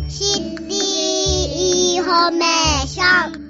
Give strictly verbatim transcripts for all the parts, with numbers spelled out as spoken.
シティインフォメーション。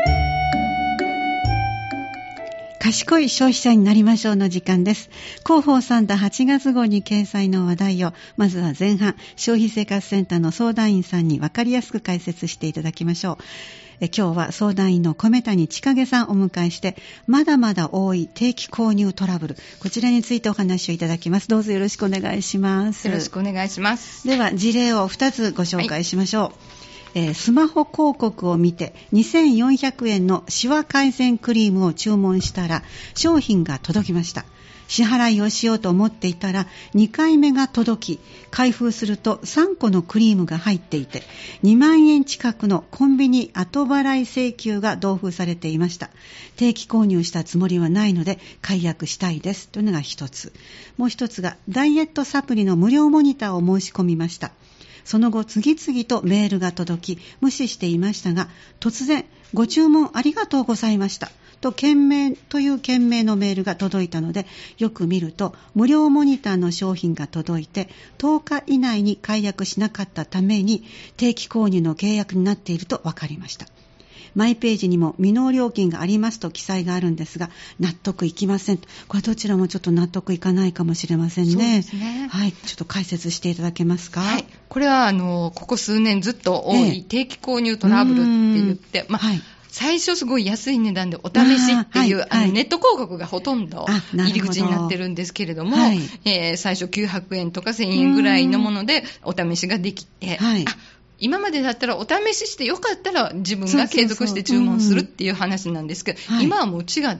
賢い消費者になりましょうの時間です。広報サンダはちがつ号に掲載の話題を、まずは前半、消費生活センターの相談員さんに分かりやすく解説していただきましょう。え今日は相談員の米谷千景さんをお迎えして、まだまだ多い定期購入トラブル、こちらについてお話をいただきます。どうぞよろしくお願いします。 よろしくお願いします。 では事例をふたつご紹介しましょう。はい、えー、スマホ広告を見てにせんよんひゃくえんのシワ改善クリームを注文したら商品が届きました。支払いをしようと思っていたらにかいめが届き、開封するとさんこのクリームが入っていてにまんえん近くのコンビニ後払い請求が同封されていました。定期購入したつもりはないので解約したいですというのが一つ。もう一つがダイエットサプリの無料モニターを申し込みました。その後次々とメールが届き無視していましたが、突然ご注文ありがとうございましたと件名という件名のメールが届いたので、よく見ると無料モニターの商品が届いてとおか以内に解約しなかったために定期購入の契約になっていると分かりました。マイページにも未納料金がありますと記載があるんですが、納得いきません。これはどちらもちょっと納得いかないかもしれませんね。そうですね。はい、ちょっと解説していただけますか。 はい、これはあのここ数年ずっと多い定期購入トラブルって言って、ええ、まあ、はい、最初すごい安い値段でお試しっていう、あ、はい、あのネット広告がほとんど入り口になってるんですけれども、はい、えー、最初きゅうひゃくえんとかせんえんぐらいのものでお試しができて、はい、あ、今までだったらお試ししてよかったら自分が継続して注文するっていう話なんですけど、そうそうそう、うん、今はもう違って、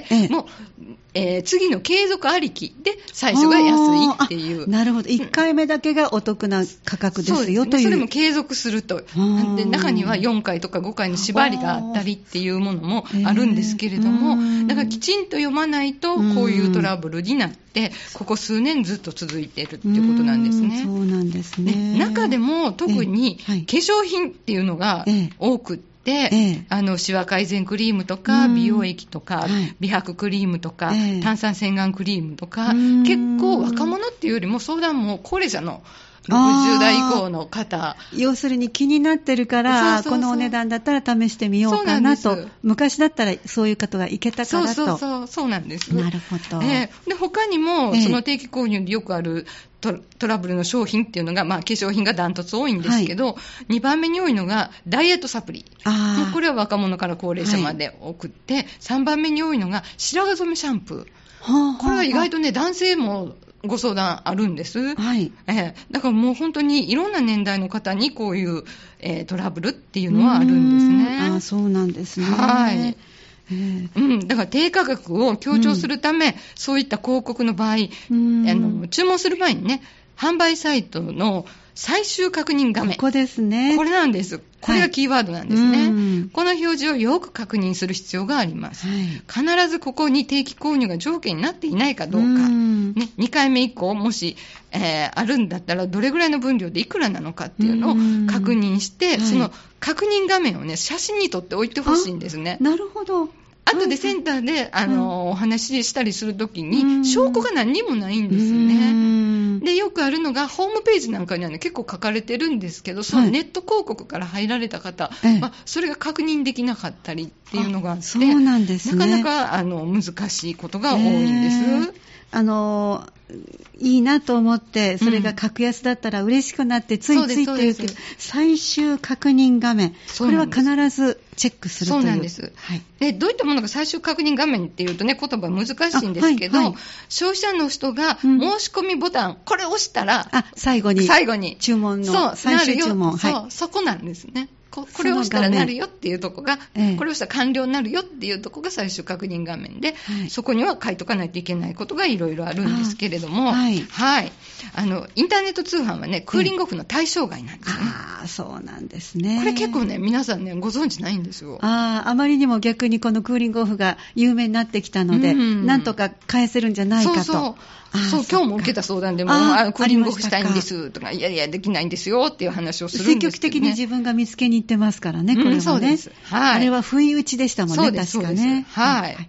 ええ、もう、えー、次の継続ありきで最初が安いっていう。 なるほど。いっかいめだけがお得な価格ですよ、 ね、 という。 それも継続すると。で、中にはよんかいとかごかいの縛りがあったりっていうものもあるんですけれども、えー、だからきちんと読まないとこういうトラブルになって、ここ数年ずっと続いているっていうことなんですね。 そうなんですね。 で、中でも特に化粧品っていうのが多くて、で、ええ、あのシワ改善クリームとか美容液とか、はい、美白クリームとか、ええ、炭酸洗顔クリームとか、結構若者っていうよりも相談も高齢者のろくじゅうだい以降の方、 要するに気になってるから、そうそうそう、このお値段だったら試してみようかなと。昔だったらそういう方がいけたからと。 そうそうそう、そうなんです。 なるほど。 えー、で他にも、えー、その定期購入でよくあるト, トラブルの商品っていうのが、まあ、化粧品がダントツ多いんですけど、はい、にばんめに多いのがダイエットサプリ。もうこれは若者から高齢者まで多くって、はい、さんばんめに多いのが白髪染めシャンプー。はあはあ、これは意外とね、男性もご相談あるんです。はい、えー、だからもう本当にいろんな年代の方にこういう、えー、トラブルっていうのはあるんですね。 あ、そうなんですね。 はい。えーうん、だから低価格を強調するため、うん、そういった広告の場合、あの注文する前にね、販売サイトの最終確認画面、 ここですね。 これなんです。これがキーワードなんですね。はい、うん、この表示をよく確認する必要があります。はい、必ずここに定期購入が条件になっていないかどうか、うんね、にかいめ以降もし、えー、あるんだったらどれぐらいの分量でいくらなのかっていうのを確認して、うん、その確認画面をね、写真に撮っておいてほしいんですね。 なるほど。 後でセンターで、あの、うん、お話ししたりするときに、証拠が何にもないんですよね。で、よくあるのが、ホームページなんかにはね、結構書かれてるんですけど、そのネット広告から入られた方は、はい、それが確認できなかったりっていうのがあって、 そうなんですね。 なかなか、あの、難しいことが多いんです。 あのいいなと思ってそれが格安だったら嬉しくなってついついっていうけど、最終確認画面、これは必ずチェックするという。 そうなんです、はい、でどういったものが最終確認画面っていうとね、言葉難しいんですけど、はいはい、消費者の人が申し込みボタン、うん、これを押したら、 あ、最後に最後に注文の最終注文、 そう、はい、そこなんですね。こ, これを押したらなるよっていうとこが、ええ、これを押したら完了になるよっていうとこが最終確認画面で、はい、そこには書いとかないといけないことがいろいろあるんですけれども、はい、はい、あのインターネット通販はね、クーリングオフの対象外なんですね。 ああ、そうなんですね。 これ結構ね、皆さんね、ご存知ないんですよ。 ああ、あまりにも逆にこのクーリングオフが有名になってきたので、うん、なんとか返せるんじゃないかと。 そうそうそう、今日も受けた相談でも、ああ、クーリングオフしたいんですとか、いやいやできないんですよっていう話をするんですけど、ね、 積極的に自分が見つけに行ってますからね、これはね、うん、 そうです、はい、 あれは不意打ちでしたもんね、確かね。 はい、はい、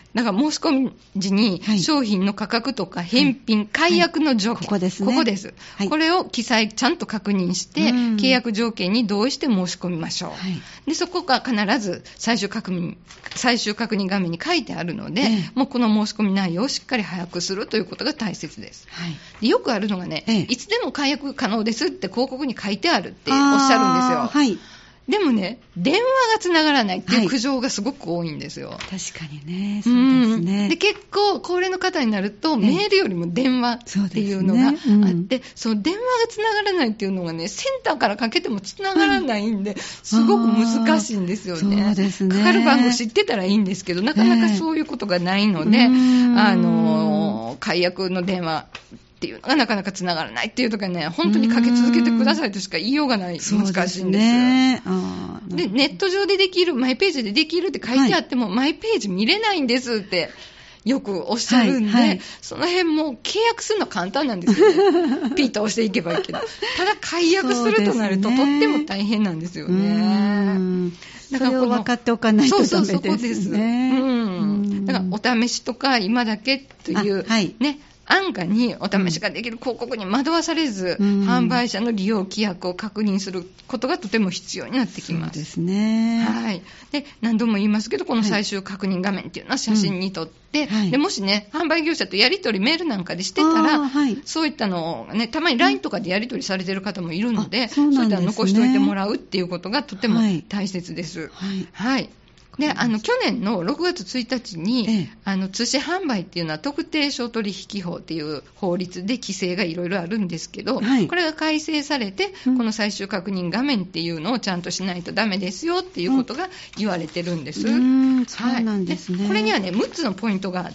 だから申し込み時に商品の価格とか返品、はい、解約の条件、はい、 ここですね。 ここです、はい。これを記載ちゃんと確認して、契約条件に同意して申し込みましょう。はい、でそこが必ず最終確認、最終確認画面に書いてあるので、ええ、もうこの申し込み内容をしっかり把握するということが大切です。はい、でよくあるのがね、ええ、いつでも解約可能ですって広告に書いてあるっておっしゃるんですよ。はい、でもね、電話がつながらないっていう苦情がすごく多いんですよ。 はい、確かにね、そうですね。 で結構高齢の方になると、メールよりも電話っていうのがあって、そ、ねうん、その電話がつながらないっていうのがね、センターからかけてもつながらないんで、はい、すごく難しいんですよね。そうですね。かかる番号知ってたらいいんですけど、なかなかそういうことがないので、えー、あの解約の電話っていうのがなかなかつながらないっていうとかね、本当にかけ続けてくださいとしか言いようがない、難しいんです。ね、あでネット上でできる、マイページでできるって書いてあっても、はい、マイページ見れないんですってよくおっしゃるんで、はいはい、その辺も契約するのは簡単なんですよね。ピッと押していけばいいけど、ただ解約するとなると、ね、とっても大変なんですよね。 だからそれを分かっておかないとダメですね。そうそうそこです。 うん。だからお試しとか今だけという、はい、ね。安価にお試しができる広告に惑わされず、うん、販売者の利用規約を確認することがとても必要になってきます。 そうですね。 はい。で、何度も言いますけど、この最終確認画面っていうのは写真に撮って、はい、でもしね、販売業者とやり取りメールなんかでしてたら、はい、そういったのをね、たまに ライン とかでやり取りされてる方もいるので、そう、そういったのを残しておいてもらうっていうことがとても大切です。はい。はい。であの去年のろくがつついたちに、ええ、あの通信販売っていうのは特定商取引法っていう法律で規制がいろいろあるんですけど、はい、これが改正されて、うん、この最終確認画面っていうのをちゃんとしないとダメですよっていうことが言われてるんです。 うん、そうなんですね。 でこれにはねむっつのポイントがあって、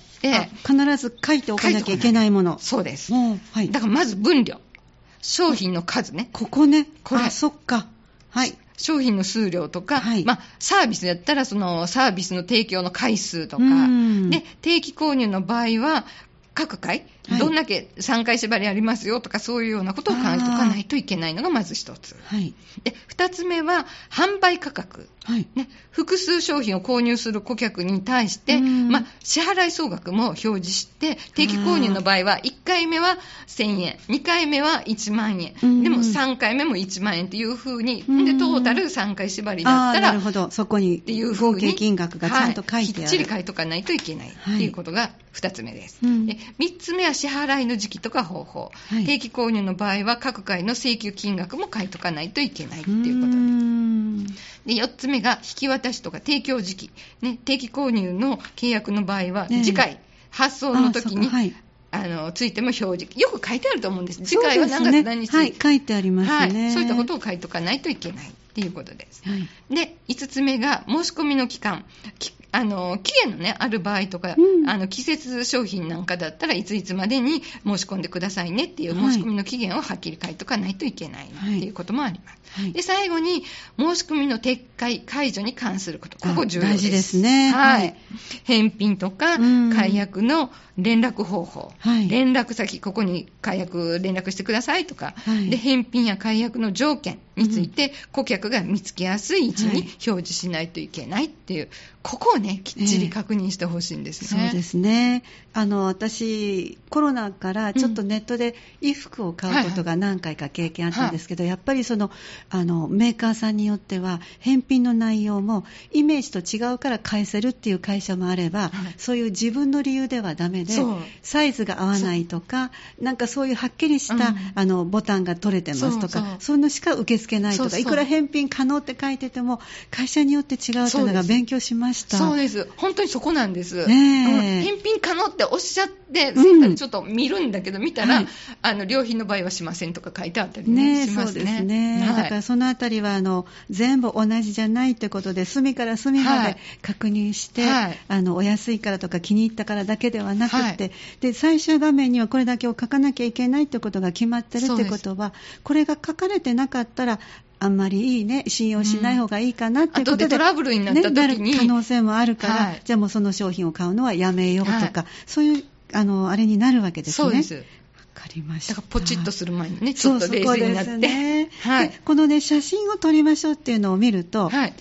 必ず書いておかなきゃいけないもの。 そうです、はい、だからまず分量、商品の数ね、 ここね、これ、あ、そっか、はい、 商品の数量とか、はい、まあ、サービスだったらそのサービスの提供の回数とかで、定期購入の場合は各回、はい、どんだけさんかい縛りありますよとか、そういうようなことを書いとかないといけないのがまず一つ、はい、で二つ目は販売価格、はいね、複数商品を購入する顧客に対して、まあ、支払い総額も表示して、定期購入の場合はいっかいめはせんえん、にかいめはいちまんえん、でもさんかいめもいちまんえんっていう風に、でトータルさんかい縛りだったら、 なるほど、そこに合計金額がちゃんと書いてある、はい、きっちり書いとかないといけないっていうことがふたつめです、はい、でみっつめは支払いの時期とか方法、はい、定期購入の場合は各回の請求金額も書いとかないといけないっていうことです。でよっつめが引き渡しとか提供時期、ね、定期購入の契約の場合は、ね、次回発送の時に、はい、あのついても表示よく書いてあると思うんです。次回は何月何日、 ね、はい、書いてありますね、 はい、そういったことを書いとかないといけないっていうことです、はい、でいつつめが申し込みの期間、あの期限の、ね、ある場合とか、うん、あの季節商品なんかだったらいついつまでに申し込んでくださいねっていう申し込みの期限をはっきり書いとかないといけないっていうこともあります、はい、で最後に申し込みの撤回解除に関すること、ここ重要です。 大事ですね、 はいはい、返品とか解約の連絡方法、はい、連絡先、ここに解約連絡してくださいとか、はい、で返品や解約の条件について、うん、顧客が見つけやすい位置に表示しないといけないっていう、はい、ここをねきっちり確認してほしいんですね、 えー、そうですね。あの私コロナからちょっとネットで衣服を買うことが何回か経験あったんですけど、はいはい、やっぱりそのあのメーカーさんによっては返品の内容もイメージと違うから返せるっていう会社もあれば、はい、そういう自分の理由ではダメでサイズが合わないとか、なんかそういうはっきりした、うん、あのボタンが取れてますとか、そうそう、そういうのしか受け付けないとか、そうそう、いくら返品可能って書いてても会社によって違うというのが勉強しました。 そうです、本当にそこなんです、ね、返品可能っておっしゃってセンターでちょっと見るんだけど、見たら、はい、あの良品の場合はしませんとか書いてあったり、ね、 ね、 しますね。 そうですね、はい、だからそのあたりはあの全部同じじゃないということで隅から隅まで確認して、はい、あのお安いからとか気に入ったからだけではなくて、はい、で最終画面にはこれだけを書かなきゃいけないということが決まってるということは、これが書かれてなかったらあんまりいいね、信用しない方がいいかなっていうことで、 うん、後でトラブルになった時に、 ね、なる可能性もあるから、はい、じゃあもうその商品を買うのはやめようとか、はい、そういうあのあれになるわけですね。 そうです。 わかりました。 だからポチッとする前にね、ちょっと冷静になって、 そうそこですね、 はい、 でこのね写真を撮りましょうっていうのを見ると、はい、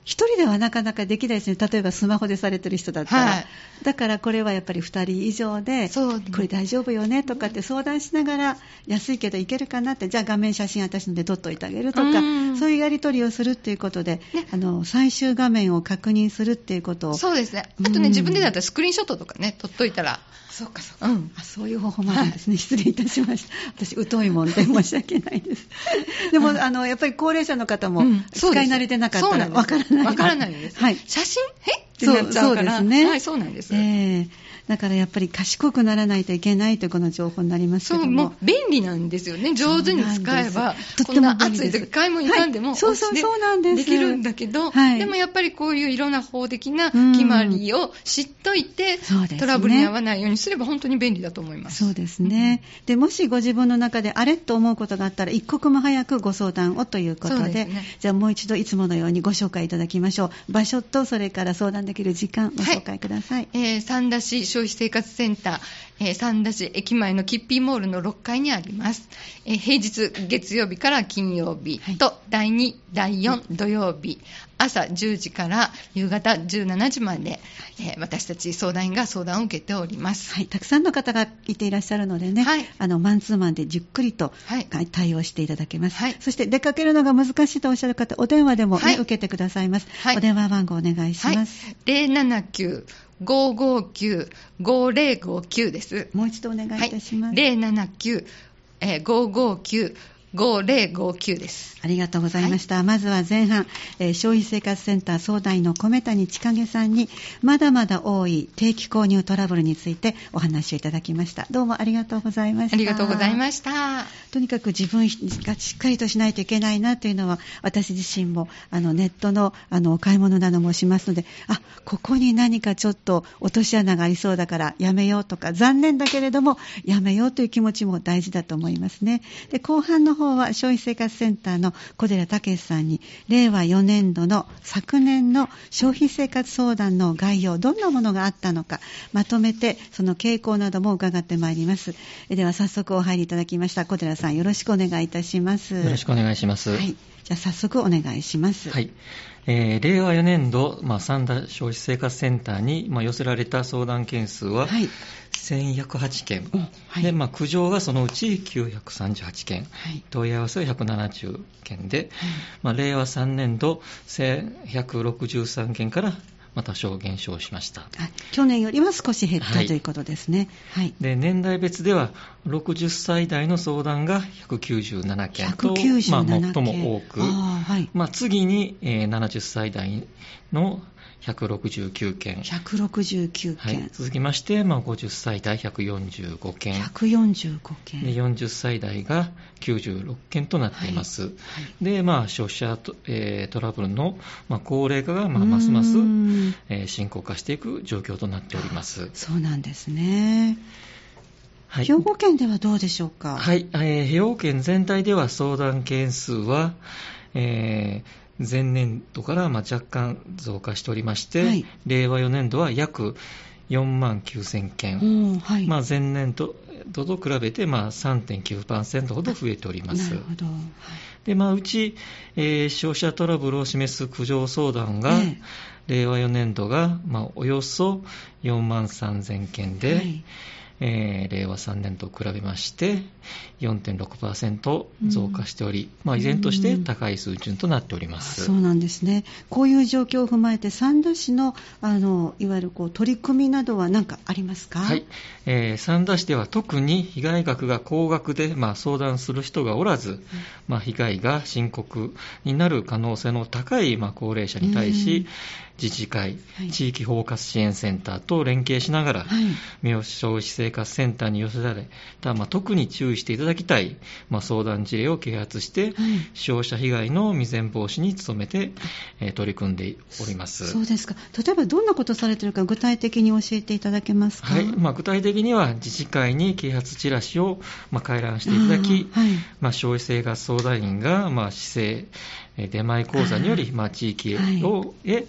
一人ではなかなかできないですね。例えばスマホでされてる人だったら、はい、だからこれはやっぱりふたり以上で、これ大丈夫よねとかって相談しながら、安いけどいけるかなって、じゃあ画面写真私ので撮っといてあげるとか、そういうやり取りをするっていうことで、ね、あの最終画面を確認するっていうことを。 そうですね。あとね、自分でだったらスクリーンショットとかね、撮っといたら。 そうかそうか、うん、あ、そういう方法もあるんですね、はい、失礼いたしました。私疎いもんで申し訳ないですでもあのやっぱり高齢者の方も使い慣れてなかったらわからない、 わからないんです、はい、写真えってなっちゃうから。 そうですね、 はい、そうなんです、 えーだからやっぱり賢くならないといけないというこの情報になりますけども、 そう、もう便利なんですよね。上手に使えば、こんな暑い時買い物行かんでも、はい、 そうそうそうなんです。 できるんだけど、はい、でもやっぱりこういういろんな法的な決まりを知っといて、ね、トラブルに遭わないようにすれば本当に便利だと思います。 そうですね、うん、でもしご自分の中であれと思うことがあったら一刻も早くご相談をということで、 で、ね、じゃあもう一度いつものようにご紹介いただきましょう。場所とそれから相談できる時間ご紹介ください。 はい、えー、三田市消費生活センター、えー、三田市駅前のキッピーモールのろっかいにあります。えー、平日月曜日から金曜日と、はい、だいに、だいよん土曜日、朝じゅうじから夕方じゅうしちじまで、えー、私たち相談員が相談を受けております。 はい、たくさんの方がいていらっしゃるのでね、はい、あのマンツーマンでじっくりと、はい、対応していただけます。はい、そして出かけるのが難しいとおっしゃる方、お電話でも、ね、はい、受けてくださいます。はい、お電話番号お願いします。 はい、ゼロななきゅう ごーごーきゅう ごーゼロごーきゅう です。 もう一度お願いいたします。 はい、ゼロななきゅう ごーごーきゅうごーゼロごーきゅうです。 ありがとうございました。はい、まずは前半、えー、消費生活センター相談員の米谷千景さんにまだまだ多い定期購入トラブルについてお話をいただきました。どうもありがとうございました。 ありがとうございました。 とにかく自分がしっかりとしないといけないなというのは、私自身もあのネットのあのお買い物などもしますので、あ、ここに何かちょっと落とし穴がありそうだからやめようとか、残念だけれどもやめようという気持ちも大事だと思いますね。で、後半の方は消費生活センターの小寺武さんに令和よねんどの昨年の消費生活相談の概要、どんなものがあったのかまとめて、その傾向なども伺ってまいります。では早速お入りいただきました小寺さん、よろしくお願いいたします。 よろしくお願いします。 はい、じゃあ早速お願いします。 はい、えー、令和よねんど、まあ、三田消費生活センターに、まあ、寄せられた相談件数は、はい、せんひゃくはちけん、はい、で、まあ、苦情がそのうちきゅうひゃくさんじゅうはちけん、はい、問い合わせはひゃくななじゅうけんで、はい、まあ、令和さんねんどせんひゃくろくじゅうさんけんからまた少減少しました。 去年よりは少し減った、はい、ということですね。はい、 で、年代別ではろくじゅっさい代の相談がひゃくきゅうじゅうななけんと、まあ、最も多く、あ、はい、まあ、次に、えー、ななじゅっさい代のひゃくろくじゅうきゅうけん、 ひゃくろくじゅうきゅうけん、はい、 続きまして、まあ、ごじゅっさい代ひゃくよんじゅうごけん、 ひゃくよんじゅうごけんで、よんじゅっさい代がきゅうじゅうろっけんとなっています。はいはい、で、まあ、消費者ト、えー、トラブルの、まあ、高齢化が、まあ、ますます、えー、深刻化していく状況となっております。 そうなんですね。はい、兵庫県ではどうでしょうか。 はい、えー、兵庫県全体では相談件数は、えー前年度からまあ若干増加しておりまして、はい、令和よねんどは約よんまんきゅうせんけん、はい、まあ、前年度と比べてまあ さんてんきゅうパーセント ほど増えております。 なるほど。はい、 で、まあ、うち、えー、消費者トラブルを示す苦情相談が、えー、令和よねんどが、まあ、およそよんまんさんぜんけんで、はい、えー、令和さんねんと比べまして よんてんろくパーセント 増加しており、うん、まあ、依然として高い水準となっております。 そうなんですね。こういう状況を踏まえて三田市の、あのいわゆるこう取り組みなどは何かありますか。 はい、えー、三田市では特に被害額が高額で、まあ、相談する人がおらず、うん、まあ、被害が深刻になる可能性の高い、まあ、高齢者に対し、自治会、はい、地域包括支援センターと連携しながら、はい、三好消費生活センターに寄せられた、まあ、特に注意していただきたい、まあ、相談事例を啓発して、はい、消費者被害の未然防止に努めて、えー、取り組んでおります。 そうですか。例えばどんなことされているか具体的に教えていただけますか。 はい、まあ、具体的には自治会に啓発チラシを、まあ、回覧していただき、はい、まあ、消費生活相談員が、まあ、市政出前講座により、まあ、地域をへ、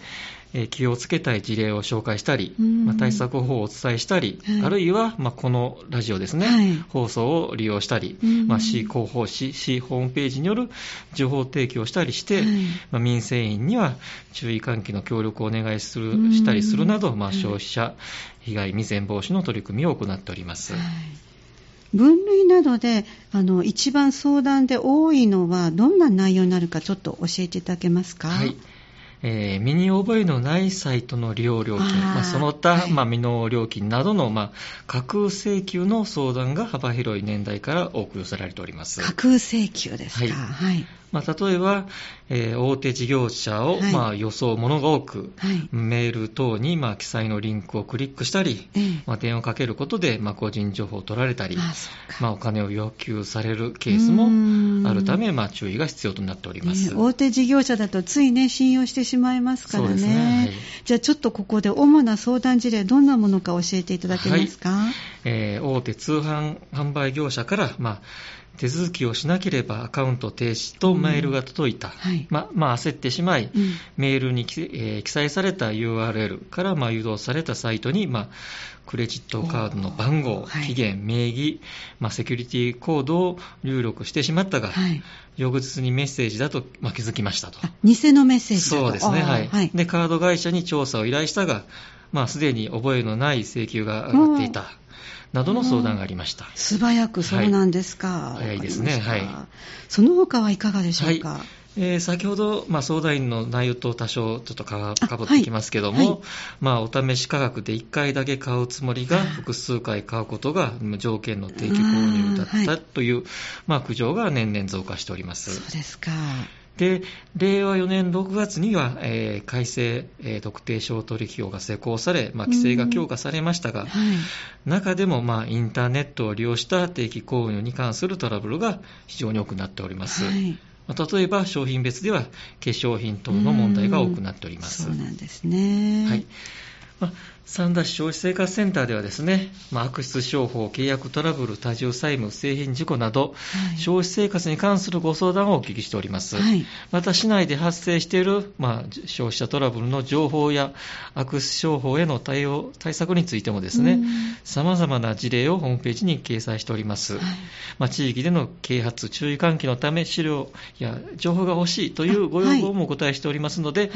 えー、気をつけたい事例を紹介したり、まあ、対策法をお伝えしたり、はい、あるいは、まあ、このラジオですね、はい、放送を利用したり、まあ、市広報誌、市ホームページによる情報提供をしたりして、はい、まあ、民生委員には注意喚起の協力をお願いするしたりするなど、まあ、消費者被害未然防止の取り組みを行っております。はい、 分類などであの一番相談で多いのはどんな内容になるかちょっと教えていただけますか？ はい、えー、身に覚えのないサイトの利用料金、まあ、その他、はい、まあ、未納料金などの、まあ、架空請求の相談が幅広い年代から多く寄せられております。 架空請求ですか？はい、はい、 まあ、例えば、えー、大手事業者を、はい、まあ、装うものが多く、はい、メール等に、まあ、記載のリンクをクリックしたり、えーまあ、電話をかけることで、まあ、個人情報を取られたり、あ、まあ、お金を要求されるケースもあるため、まあ、注意が必要となっております。 えー、大手事業者だとついね信用してしまいますからね。そうですね、はい、じゃあちょっとここで主な相談事例どんなものか教えていただけますか？はい、 えー、大手通販販売業者から、まあ、手続きをしなければアカウント停止とメールが届いた、うん、はい、ままあ、焦ってしまい、うん、メールに、えー、記載された ユーアールエル から、まあ、誘導されたサイトに、まあ、クレジットカードの番号、はい、期限、名義、まあ、セキュリティコードを入力してしまったが、はい、翌日にメッセージだと、まあ、気づきましたと。 偽のメッセージだと。 そうですね、はいはい、でカード会社に調査を依頼したが、まあ、すでに覚えのない請求が上がっていたなどの相談がありました。 素早くそうなんですか？ はい、早いですね。はい。 その他はいかがでしょうか？はい、 えー、先ほど、まあ、相談員の内容と多少ちょっとかぶってきますけども、はいはい、まあ、お試し価格でいっかいだけ買うつもりが複数回買うことが条件の定期購入だったという、まあ、苦情が年々増加しております。 そうですか。 で、れいわよねんろくがつには、えー、改正、えー、特定商取引法が施行され、まあ、規制が強化されましたが、はい、中でも、まあ、インターネットを利用した定期購入に関するトラブルが非常に多くなっております。はい、まあ、例えば商品別では化粧品等の問題が多くなっております。 そうなんですね。 はい、まあ、三田市消費生活センターではですね、まあ、悪質商法、契約トラブル、多重債務、製品事故など、はい、消費生活に関するご相談をお聞きしております。はい、また市内で発生している、まあ、消費者トラブルの情報や悪質商法への対応対策についてもですね、様々な事例をホームページに掲載しております。はい、まあ、地域での啓発、注意喚起のため資料や情報が欲しいというご要望もお答えしておりますので、はい、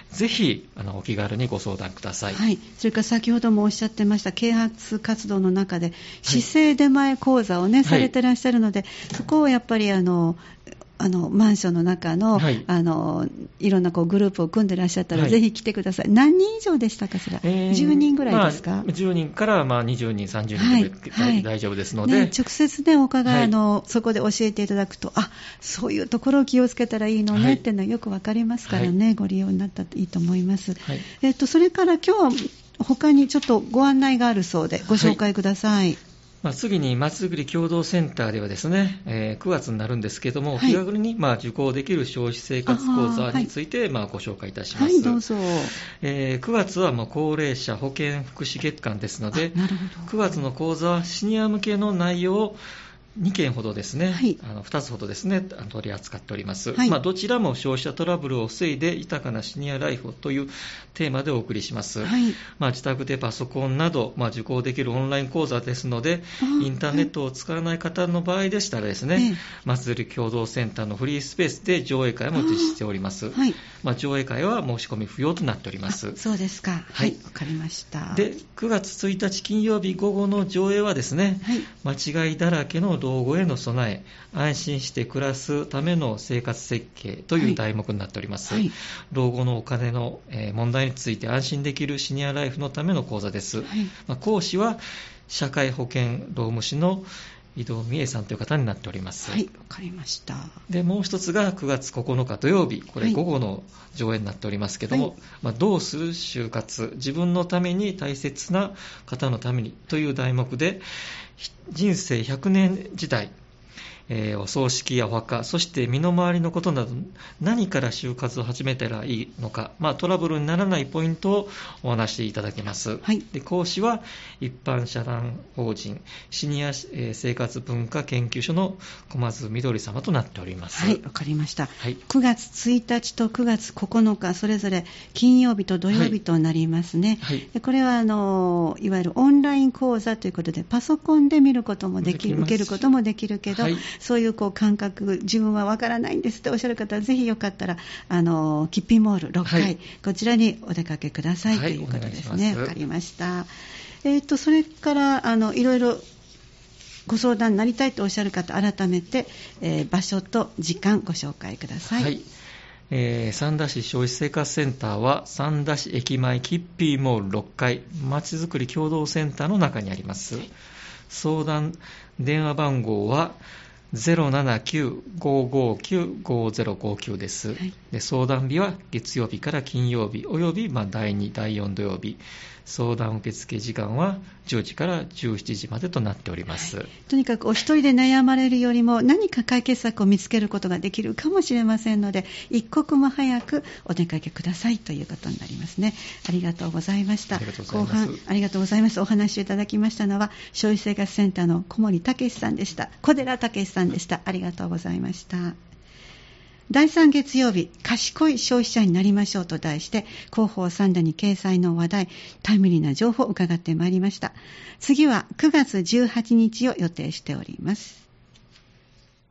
ぜひあのお気軽にご相談ください。 はい、それから先ほどもおっしゃってました啓発活動の中で市政出前講座をね、はい、されてらっしゃるので、そこをやっぱりあのあのマンションの中の、はい、あのいろんなこうグループを組んでらっしゃったら、はい、ぜひ来てください。何人以上でしたかしら？えー、じゅうにんぐらいですか？ まあ、じゅうにんからまあにじゅうにん、さんじゅうにんで、はい、大丈夫ですので、 ね、直接ねお伺い、はい、あのそこで教えていただくと、あ、そういうところを気をつけたらいいのね、はい、っていうのはよくわかりますからね、はい、ご利用になったらいいと思います。はい、えっとそれから今日他にちょっとご案内があるそうでご紹介ください。はい、 まあ、次にまちづくり共同センターではですね、えー、くがつになるんですけども、はい、気軽にまあ受講できる消費生活講座についてまあご紹介いたします。 はい、どうぞ。 えー、くがつはまあ高齢者保健福祉月間ですので、なるほど。くがつの講座はシニア向けの内容をにけんほどですね、はい、あのふたつほどですね取り扱っております。はい、まあ、どちらも消費者トラブルを防いで豊かなシニアライフというテーマでお送りします。はい、まあ、自宅でパソコンなど、まあ、受講できるオンライン講座ですので、インターネットを使わない方の場合でしたらですね、まつづり共同センターのフリースペースで上映会も実施しております。はい、まあ、上映会は申し込み不要となっております。 そうですか。はい、わかりました。 で、くがつついたち金曜日午後の上映はですね、はい、間違いだらけの老後への備え、安心して暮らすための生活設計という題目になっております。はいはい、老後のお金の問題について安心できるシニアライフのための講座です。はい、まあ、講師は社会保険労務士の井戸美恵さんという方になっております。 はい、わかりました。 で、もう一つがくがつここのか土曜日、これ午後の上演になっておりますけども、はい、まあ、どうする就活、自分のために大切な方のためにという題目で、人生ひゃくねん時代、 えー、お葬式やお墓、そして身の回りのことなど、何から就活を始めたらいいのか、まあ、トラブルにならないポイントをお話しいただけます。はい、で講師は一般社団法人シニア、えー、生活文化研究所の小松みどり様となっております。 はい、わかりました。はい、くがつついたちとくがつここのか、それぞれ金曜日と土曜日となりますね。はいはい、でこれはあのいわゆるオンライン講座ということで、パソコンで見ることもできる、受けることもできるけど、はい、そういうこう感覚、自分はわからないんですっておっしゃる方は、ぜひよかったらあのキッピーモールろっかい、はい、こちらにお出かけください、はい、ということですね。わかりました。えー、とそれからあのいろいろご相談になりたいとおっしゃる方、改めて、えー、場所と時間ご紹介ください。はい、 えー、三田市消費生活センターは三田市駅前キッピーモールろっかいまちづくり共同センターの中にあります。相談電話番号は ゼロななきゅう ごーごーきゅう ごーゼロごきゅう です。はい、で相談日は月曜日から金曜日およびまあだいに、だいよん土曜日、相談受付時間はじゅうじからじゅうしちじまでとなっております。はい、 とにかくお一人で悩まれるよりも何か解決策を見つけることができるかもしれませんので、一刻も早くお出かけくださいということになりますね。ありがとうございました。後半ありがとうございます。お話をいただきましたのは消費生活センターの小森武さんでした。小寺武さんでした。ありがとうございました。だいさん月曜日、賢い消費者になりましょうと題して、広報三田に掲載の話題、タイムリーな情報を伺ってまいりました。次はくがつじゅうはちにちを予定しております。